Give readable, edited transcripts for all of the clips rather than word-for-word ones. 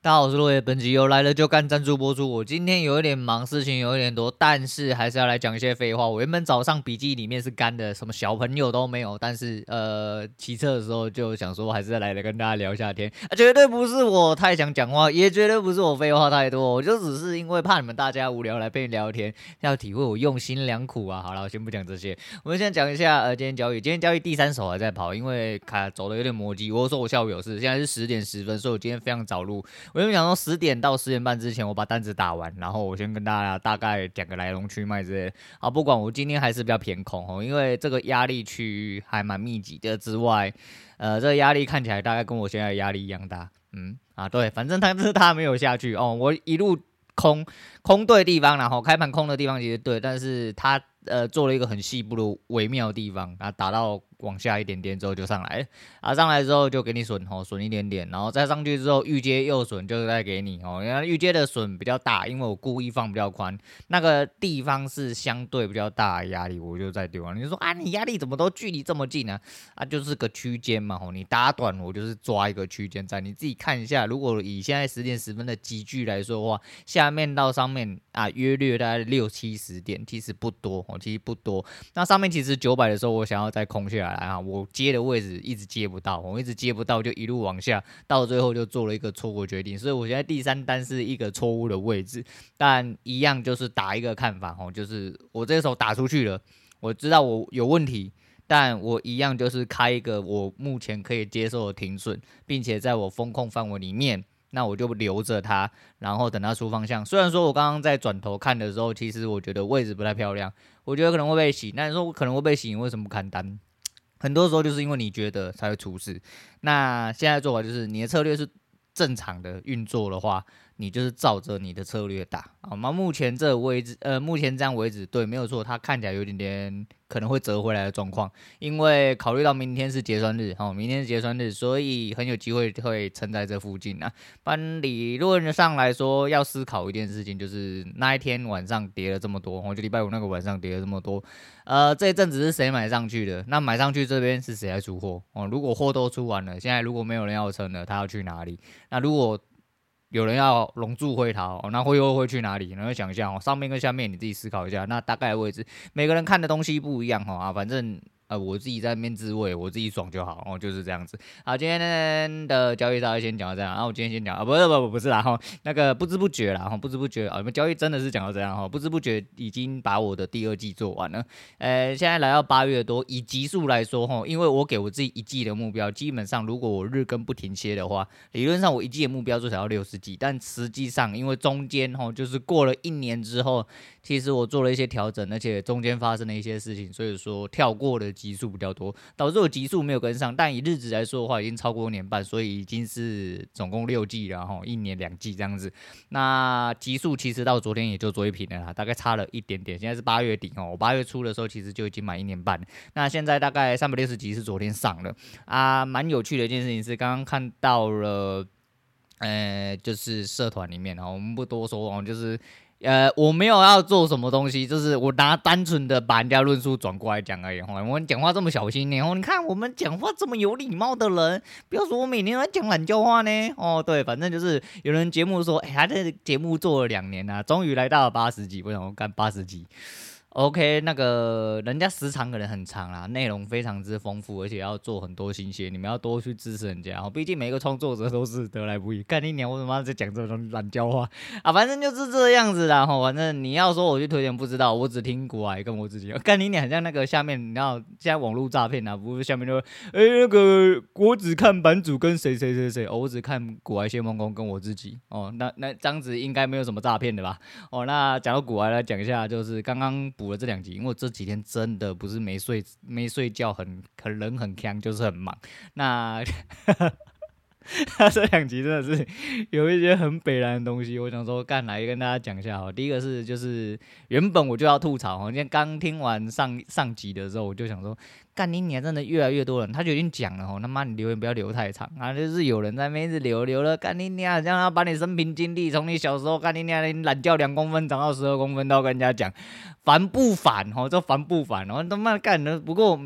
大家好，我是洛爷，本集又来了就干赞助播出。我今天有一点忙，事情有一点多，但是还是要来讲一些废话。我原本早上笔记里面是干的，什么小朋友都没有，但是骑车的时候就想说，还是来跟大家聊一下天。绝对不是我太想讲话，也绝对不是我废话太多，我就只是因为怕你们大家无聊来陪你聊天，要体会我用心良苦啊。好了，我先不讲这些，我们先讲一下今天交易第3手还在跑，因为走的有点磨叽。我说我下午有事，现在是10:10，所以我今天非常早录。我原本想说10点到10点半之前我把单子打完，然后我先跟大家大概讲个来龙去脉之类的。好，不管我今天还是比较偏空哦，因为这个压力区还蛮密集的之外，这个压力看起来大概跟我现在的压力一样大。对，反正它没有下去哦，我一路空对地方，然后开盘空的地方其实对，但是它做了一个很细部的微妙的地方，然后打到往下一点点之后就上来了，上来之后就给你损一点点，然后再上去之后预接又损就再给你因为预接的损比较大，因为我故意放比较宽，那个地方是相对比较大的压力，我就再丢你就说你压力怎么都距离这么近呢？就是个区间嘛你打短我就是抓一个区间在，你自己看一下，如果以现在10:10的集距来说的话，下面到上面约略大概60-70点，其实不多那上面其实900的时候，我想要再空下来我接的位置一直接不到，我一直接不到，就一路往下，到最后就做了一个错误决定，所以我现在第3单是一个错误的位置，但一样就是打一个看法就是我这个时候打出去了，我知道我有问题。但我一样就是开一个我目前可以接受的停损，并且在我风控范围里面，那我就留着它，然后等它出方向。虽然说我刚刚在转头看的时候，其实我觉得位置不太漂亮，我觉得可能会被洗。那你说可能会被洗，你为什么不看单？很多时候就是因为你觉得才会出事。那现在做法就是你的策略是正常的运作的话，你就是照着你的策略打好吗？目前这个位置，目前这样为止，对，没有错，它看起来有点点可能会折回来的状况，因为考虑到明天是结算日，明天是结算日，所以很有机会会撑在这附近啊。但理论上来说，要思考一件事情，就是那一天晚上跌了这么多，就礼拜五那个晚上跌了这么多，这一阵子是谁买上去的？那买上去这边是谁来出货？如果货都出完了，现在如果没有人要撑了，他要去哪里？那如果有人要龙柱回逃那会去哪里？然后想一下上面跟下面你自己思考一下，那大概的位置，每个人看的东西不一样反正我自己在那边自慰，我自己爽就好就是这样子。好，今天的交易大概先讲到这样，然后我今天先讲不是啦那个不知不觉啦不知不觉我们交易真的是讲到这样不知不觉已经把我的第2季做完了。现在来到8月多，以集数来说因为我给我自己1季的目标，基本上如果我日更不停歇的话，理论上我1季的目标最少要60季，但实际上因为中间就是过了1年之后，其实我做了一些调整，而且中间发生了一些事情，所以说跳过的集数比较多，导致我集数没有跟上。但以日子来说的话，已经超过1年半，所以已经是总共6季了1年2季这样子。那集数其实到昨天也就做一平了啦，大概差了一点点。现在是8月底我8月初的时候其实就已经满1年半了。那现在大概360集是昨天上了蛮有趣的一件事情是，刚刚看到了就是社团里面我们不多说就是我没有要做什么东西，就是我拿单纯的把人家论述转过来讲而已我们讲话这么小心你看我们讲话这么有礼貌的人，不要说我每年都在讲懒叫话呢对，反正就是有人节目说他这节目做了2年终于来到了80集，我想我干80集OK， 那个人家时长可能很长啦，内容非常之丰富，而且要做很多新鲜，你们要多去支持人家毕竟每个创作者都是得来不易。干你娘，我他妈在讲这种懒教话反正就是这样子啦反正你要说我去推荐不知道，我只听古癌跟我自己。干你娘，很像那个下面你知道现在网络诈骗不是下面就那个我只看版主跟谁我只看古癌谢梦工跟我自己那这样子应该没有什么诈骗的吧那讲到古癌来讲一下，就是刚刚补了这2集，因为这几天真的不是没睡觉，人很呛，就是很忙。那这2集真的是有一些很北蓝的东西，我想说干来跟大家讲一下第一个是就是原本我就要吐槽今天刚听完上集的时候，我就想说干你娘，真的越来越多人，他就已经讲了他妈你留言不要留太长就是有人在那边一直留了干你娘，这样他把你生平经历从你小时候干你娘你懒觉2公分长到12公分都要跟人家讲，烦不烦这烦不烦他妈干的。不过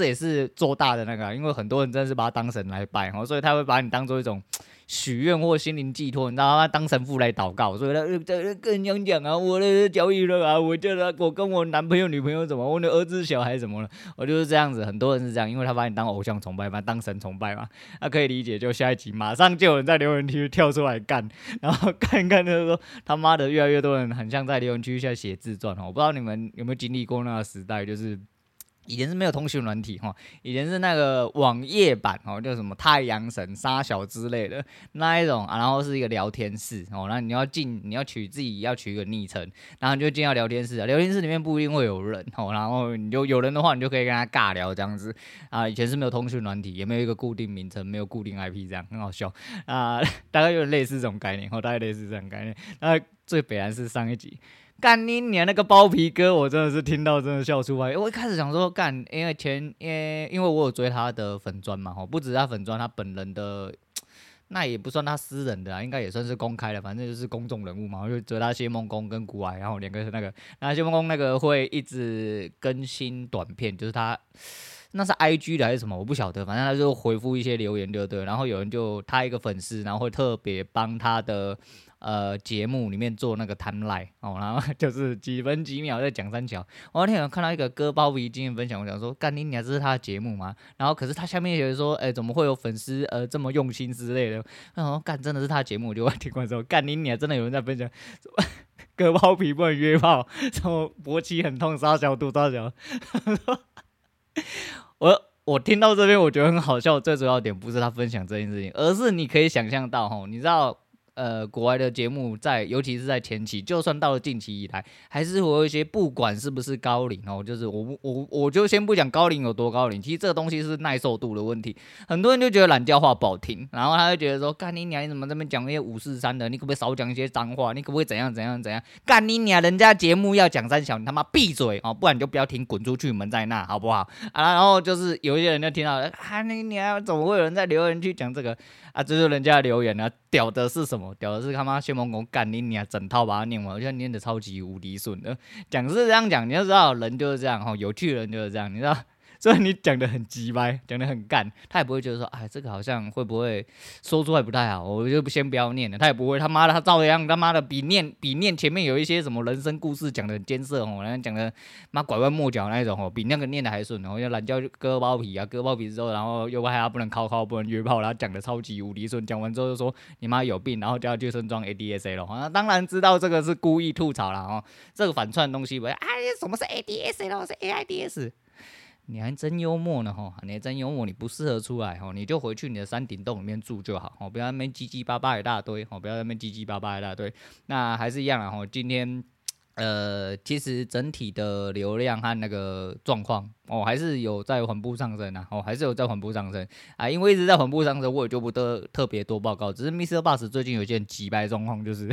这也是做大的那个，因为很多人真的是把他当神来拜，所以他会把你当做一种许愿或心灵寄托，你知道吗？当神父来祷告，所以他跟人讲啊，我的交易了啊，我跟我男朋友女朋友怎么，我的儿子小孩怎么了，我就是这样子。很多人是这样，因为他把你当偶像崇拜嘛，当神崇拜嘛，可以理解。就下一集马上就有人在留言区跳出来干，然后看一看就说他妈的越来越多人很像在留言区下写自传我不知道你们有没有经历过那个时代，就是以前是没有通讯软体以前是那个网页版叫什么太阳神、沙小之类的那一种然后是一个聊天室然后你要自己要取一个昵称，然后你就进到聊天室聊天室里面不一定会有人然后你就有人的话，你就可以跟他尬聊这样子以前是没有通讯软体，也没有一个固定名称，没有固定 IP， 这样很好笑大概有点类似这种概念大概类似这种概念。那最北然是上一集。干你娘那个包皮哥，我真的是听到真的笑出来。我一开始想说干，因为我有追他的粉专嘛，不止他粉专，他本人的那也不算他私人的应该也算是公开的，反正就是公众人物嘛。我就追他谢梦工跟古矮，然后两个那个，那谢梦工那个会一直更新短片，就是他。那是 IG 的还是什么？我不晓得，反正他就回复一些留言就对，然后有人就他一个粉丝，然后会特别帮他的节目里面做那个 timeline 然后就是几分几秒在讲三桥。我那天有看到一个割包皮经验分享，我想说干你娘，这是他的节目吗？然后可是他下面有人说，怎么会有粉丝这么用心之类的？然后干真的是他的节目，我就听完之后干你娘，真的有人在分享。割包皮不能约炮，什么勃起很痛，杀小肚杀小。我听到这边，我觉得很好笑。最主要的点不是他分享这件事情，而是你可以想象到，你知道，国外的节目尤其是在前期，就算到了近期以来，还是会有一些不管是不是高龄就是我就先不讲高龄有多高龄，其实这个东西是耐受度的问题。很多人就觉得懒觉话不好听，然后他就觉得说，干你娘，你怎么这边讲那些543的？你可不可以少讲一些脏话？你可不可以怎样？干你娘，人家节目要讲三小，你他妈闭嘴不然你就不要听，滚出去，门在那，好不好然后就是有一些人就听到你娘，怎么会有人在留言区讲这个这就是人家的留言屌的是什么？屌的是他妈谢梦工干你娘，整套把它念完，我现在念的超级无敌顺的。讲是这样讲，你要知道人就是这样有趣的人就是这样，你知道。所以你讲的很鸡掰，讲的很干，他也不会觉得说，这个好像会不会说出来不太好，我就先不要念了。他也不会，他妈的，他照样他妈的比念前面有一些什么人生故事讲的很艰涩然后讲的妈拐弯抹角那一种比那个念的还顺然后要懒觉割包皮割包皮之后，然后又害他不能靠，不能约炮，然后讲的超级无敌顺，讲完之后就说你妈有病，然后就要去升装 ADSL 了当然知道这个是故意吐槽啦这个反串的东西什么是 ADSL 是 AIDS。你还真幽默呢你还真幽默，你不适合出来你就回去你的山顶洞里面住就好不要在那边唧唧巴巴一大堆不要在那边唧唧巴巴一大堆。那还是一样啦今天其实整体的流量和那个状况还是有在缓步上升还是有在缓步上升因为一直在缓步上升，我也就不特别多报告。只是 MixerBox 最近有一件击败状况，就是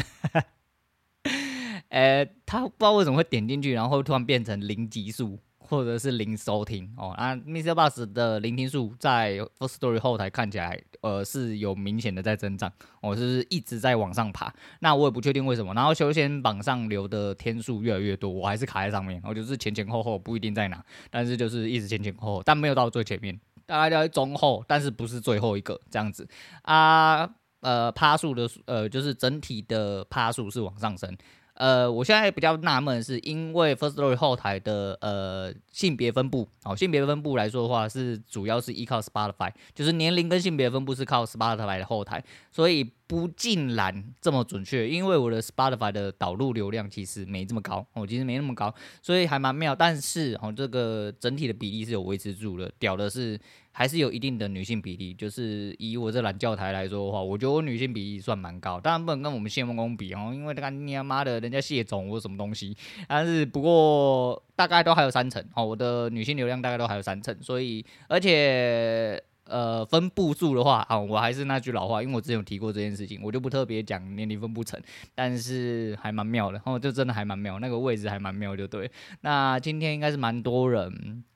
他不知道为什么会点进去，然后突然变成0级数。或者是0收听MixerBox 的聆听数在 Firstory 后台看起来是有明显的在增长就是一直在往上爬。那我也不确定为什么。然后休闲榜上留的天数越来越多，我还是卡在上面就是前后不一定在哪，但是就是一直前后，但没有到最前面，大概在中后，但是不是最后一个这样子趴数的就是整体的趴数是往上升。我现在比较纳闷的是，因为 Firstory 后台的性别分布性别分布来说的话，是主要是依靠 Spotify， 就是年龄跟性别分布是靠 Spotify 的后台，所以不尽然这么准确。因为我的 Spotify 的导入流量其实没这么高其实没那么高，所以还蛮妙。但是这个整体的比例是有维持住的，屌的是还是有一定的女性比例。就是以我这懒教台来说的话，我觉得我女性比例算蛮高，当然不能跟我们谢梦工比因为你他妈的人家谢总或什么东西，但是不过大概都还有30%我的女性流量大概都还有30%，所以而且分布数的话我还是那句老话，因为我之前有提过这件事情，我就不特别讲年龄分布层，但是还蛮妙的就真的还蛮妙，那个位置还蛮妙就对。那今天应该是蛮多人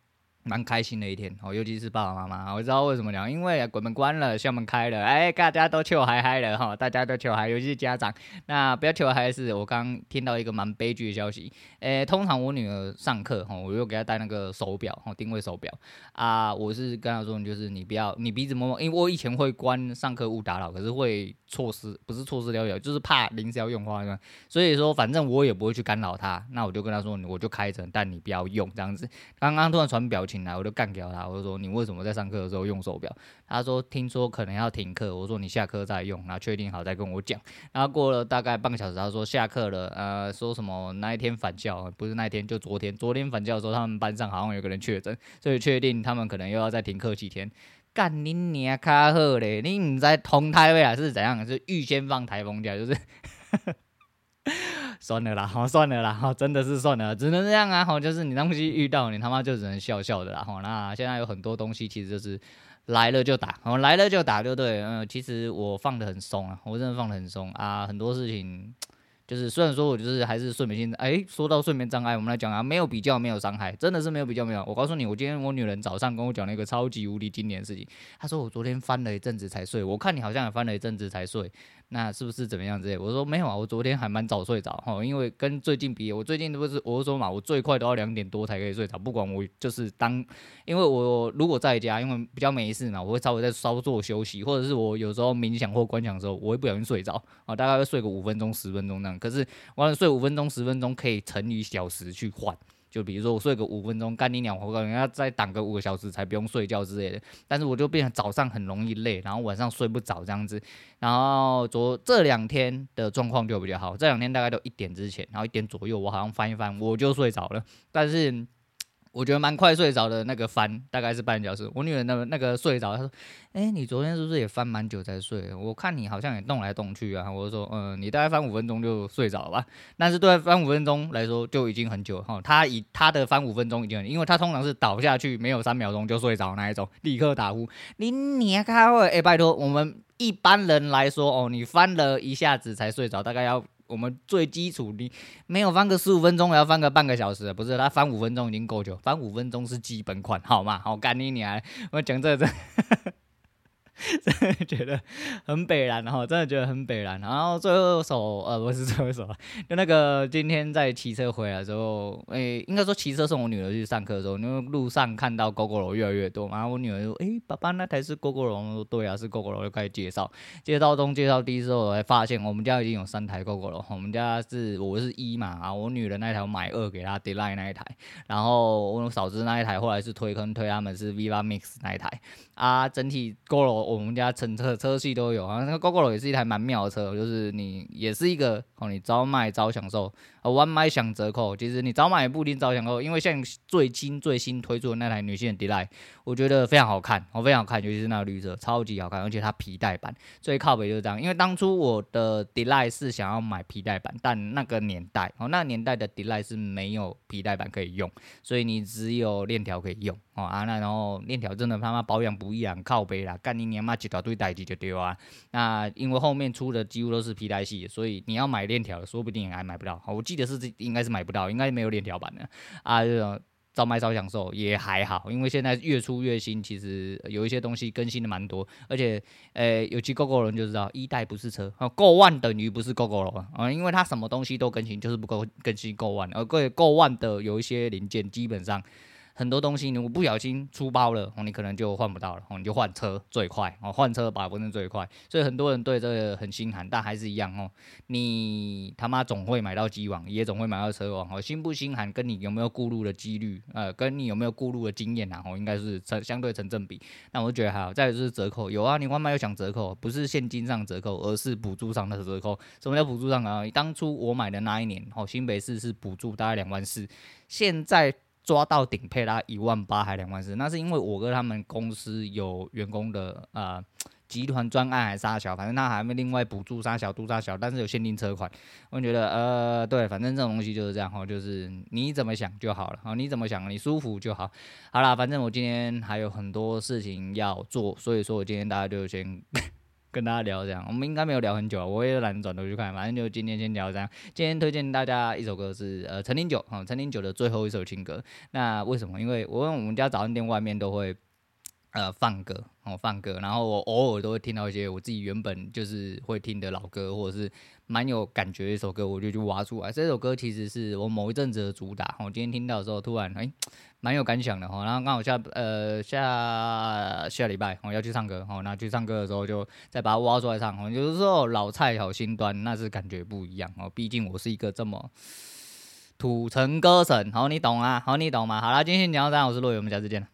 蛮开心的一天哦，尤其是爸爸妈妈，我知道为什么讲，因为鬼门关了，校门开了，哎，大家都求嗨嗨了哈，大家都求嗨，尤其是家长。那不要求嗨的是，我刚听到一个蛮悲剧的消息，通常我女儿上课哈，我又给她戴那个手表哈，定位手表啊，我是跟她说，就是你不要，你鼻子摸摸，因为我以前会关上课勿打扰，可是会错失，不是错失了，就是怕临时要用话，所以说反正我也不会去干扰她，那我就跟她说，我就开着，但你不要用这样子。刚刚突然传表情来，我就干掉他，我就说你为什么在上课的时候用手表？他说听说可能要停课，我说你下课再用，然后确定好再跟我讲。然后过了大概半个小时，他说下课了，说什么那一天返校，不是那一天就昨天，昨天返校的时候他们班上好像有个人确诊，所以确定他们可能又要再停课几天。干你娘卡好嘞！你唔知同台位还是怎样？是预先放台风假，就是算了啦，算了啦，真的是算了，只能这样啊，就是你东西遇到你他妈就只能笑笑的啦，那现在有很多东西其实就是来了就打，来了就打就对，其实我放得很松啊，我真的放得很松啊，很多事情。就是虽然说我就是还是睡眠性，说到睡眠障碍，我们来讲啊，没有比较没有伤害，真的是没有比较没有。我告诉你，我今天我女人早上跟我讲了一个超级无敌经典的事情，她说我昨天翻了一阵子才睡，我看你好像也翻了一阵子才睡，那是不是怎么样之类？我说没有啊，我昨天还蛮早睡着因为跟最近比，我最近不是我说嘛，我最快都要2点多才可以睡着，不管我就是因为我如果在家，因为比较没事嘛，我会稍微在稍作休息，或者是我有时候冥想或观想的时候，我会不小心睡着大概会睡个5分钟10分钟那样。可是完了睡5分钟10分钟可以乘以小时去换。就比如说我睡个5分钟，干你鸟，我可能要再挡个5个小时才不用睡觉之类的。但是我就变成早上很容易累，然后晚上睡不着这样子。然后这2天的状况就比较好，这2天大概都1点之前，然后1点左右，我好像翻一翻我就睡着了。但是我觉得蛮快睡着的那个翻大概是半小时。我女儿那个睡着，她说：“你昨天是不是也翻蛮久才睡？我看你好像也动来动去啊。”我就说：“你大概翻5分钟就睡着了吧？”但是对翻5分钟来说就已经很久哈。她的翻5分钟已经因为她通常是倒下去没有3秒钟就睡着那一种，立刻打呼。你看拜托我们一般人来说你翻了一下子才睡着，大概要。我们最基础，你没有翻个15分钟，也要翻个半个小时，不是？他翻5分钟已经够久，翻5分钟是基本款，好吗？好干你娘！我讲这真的觉得很北蓝，真的觉得很北蓝。然后最后一首，不是最后一首，就那个今天在骑车回来之后，应该说骑车送我女儿去上课的时候，因为路上看到 Gogoro 越来越多嘛，然后我女儿就说：“爸爸那台是 Gogoro。”我说：“对啊，是 Gogoro。”就开始介绍东介绍低之后，我才发现我们家已经有3台 Gogoro。我们家我是1嘛，我女儿那一台我买2给她 Delay 那一台，然后我嫂子那一台后来是推他们是 Viva Mix 那一台啊，整体 Gogoro。我们家车系都有那个 Gogoro 也是一台蛮妙的车，就是你也是一个你早买早享受晚买享折扣。其实你早买也不一定早享受，因为像最新推出的那台女性的 Delay， 我觉得非常好看非常好看，尤其是那个绿色超级好看，而且它皮带版最靠北就是这样。因为当初我的 Delay 是想要买皮带版，但那个年代的 Delay 是没有皮带版可以用，所以你只有链条可以用那然后链条真的他妈保养不易啊，靠北啦，干你娘妈一大堆代志就对啊。那因为后面出的几乎都是皮带系的，所以你要买链条的，说不定还买不到。我记得应该是买不到，应该没有链条版的啊。这种早买早享受也还好，因为现在越出越新，其实有一些东西更新的蛮多，而且有骑 Gogoro 人就知道1代不是车，Go One 等于不是 Gogoro因为它什么东西都更新，就是不够更新 Go One， 而Go One 的有一些零件基本上。很多东西你不小心出包了你可能就换不到了你就换车最快换车把不是最快，所以很多人对这个很心寒，但还是一样你他妈总会买到机网，也总会买到车网心不心寒跟你有没有顾路的几率跟你有没有顾路的经验应该是相对成正比。那我就觉得还好。再来就是折扣，有啊，你外卖又想折扣，不是现金上折扣，而是补助上的折扣。什么叫补助上当初我买的那一年新北市是补助大概24000，现在抓到顶配啦18000还24000，那是因为我跟他们公司有员工的集团专案还是啥小，反正他还没另外补助啥小度啥小，但是有限定车款。我觉得对，反正这种东西就是这样就是你怎么想就好了你怎么想你舒服就好。好啦，反正我今天还有很多事情要做，所以说我今天大家就先跟大家聊这样。我们应该没有聊很久，我也懒得转头去看，反正就今天先聊这样。今天推荐大家一首歌是陈零九，陈零九的最后一首情歌。那为什么？因为我们家早餐店外面都会放歌，放歌，然后我偶尔都会听到一些我自己原本就是会听的老歌，或者是蛮有感觉的一首歌，我就去挖出来。这首歌其实是我某一阵子的主打，我今天听到的时候突然蛮有感想的哈。然后刚好下礼拜我要去唱歌，那去唱歌的时候就再把它挖出来唱。有时候老菜好新端，那是感觉不一样哦。毕竟我是一个这么土城歌神，你懂啊？你懂吗？好啦，今天先讲到这样，我是洛宇，我们下次见了。